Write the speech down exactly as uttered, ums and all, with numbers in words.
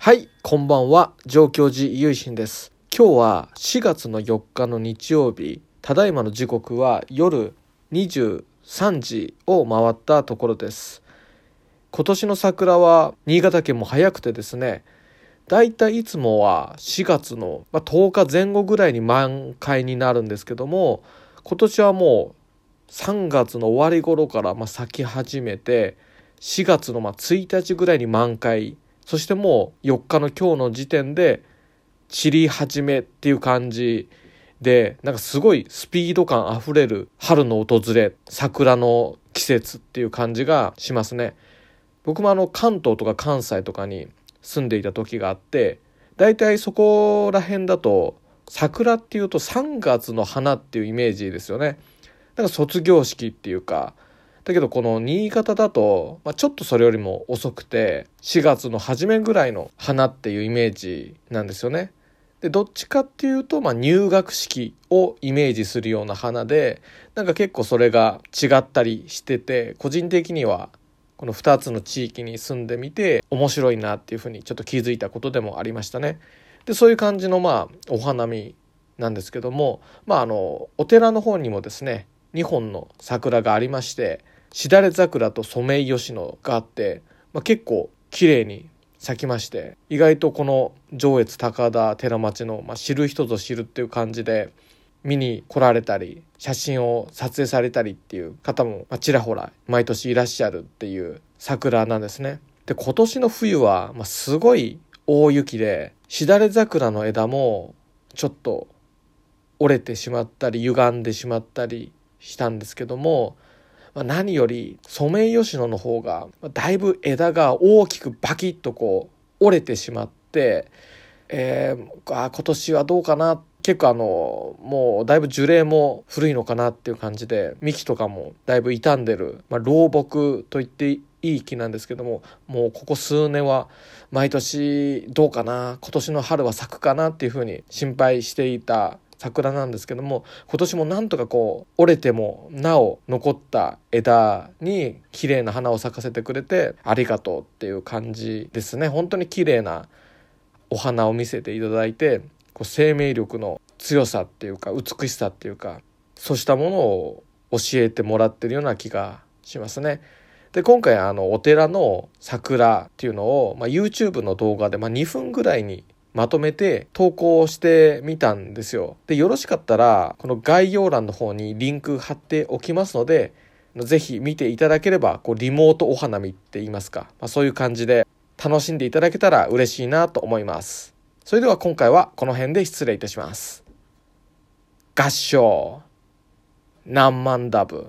はい、こんばんは。上京寺ゆいしんです。今日はしがつのよっかの日曜日、ただいまの時刻は夜にじゅうさんじを回ったところです。今年の桜は新潟県も早くてですね、だいたいいつもはしがつのとおかぜん後ぐらいに満開になるんですけども、今年はもうさんがつの終わり頃から咲き始めて、しがつのついたちぐらいに満開、そしてもうよっかの今日の時点で散り始めっていう感じで、なんかすごいスピード感あふれる春の訪れ、桜の季節っていう感じがしますね。僕もあの関東とか関西とかに住んでいた時があって、だいたいそこら辺だと桜っていうとさんがつの花っていうイメージですよね。だから卒業式っていうか、だけどこの新潟だと、まあ、ちょっとそれよりも遅くてしがつの初めぐらいの花っていうイメージなんですよね。でどっちかっていうと、まあ、入学式をイメージするような花で、なんか結構それが違ったりしてて、個人的にはこのふたつの地域に住んでみて面白いなっていうふうにちょっと気づいたことでもありましたね。でそういう感じのまあお花見なんですけども、まああのお寺の方にもですねにほんの桜がありまして、しだれ桜とソメイヨシノがあって、まあ、結構綺麗に咲きまして、意外とこの上越高田寺町の、まあ、知る人ぞ知るっていう感じで見に来られたり写真を撮影されたりっていう方も、まあ、ちらほら毎年いらっしゃるっていう桜なんですね。で今年の冬は、まあ、すごい大雪で、しだれ桜の枝もちょっと折れてしまったり歪んでしまったりしたんですけども、何よりソメイヨシノの方がだいぶ枝が大きくバキッとこう折れてしまって、えー、あ今年はどうかな、結構あのもうだいぶ樹齢も古いのかなっていう感じで、幹とかもだいぶ傷んでる、まあ、老木と言っていい木なんですけども、もうここ数年は毎年どうかな、今年の春は咲くかなっていうふうに心配していた桜なんですけども、今年もなんとかこう折れてもなお残った枝に綺麗な花を咲かせてくれてありがとうっていう感じですね。本当に綺麗なお花を見せていただいて、こう生命力の強さっていうか美しさっていうか、そうしたものを教えてもらってるような気がしますね。で今回あのお寺の桜っていうのを、まあ、YouTube の動画で、まあ、にふんぐらいにまとめて投稿してみたんですよ。でよろしかったらこの概要欄の方にリンク貼っておきますので、ぜひ見ていただければ、こうリモートお花見って言いますか、まあ、そういう感じで楽しんでいただけたら嬉しいなと思います。それでは今回はこの辺で失礼いたします。合唱何万ダブ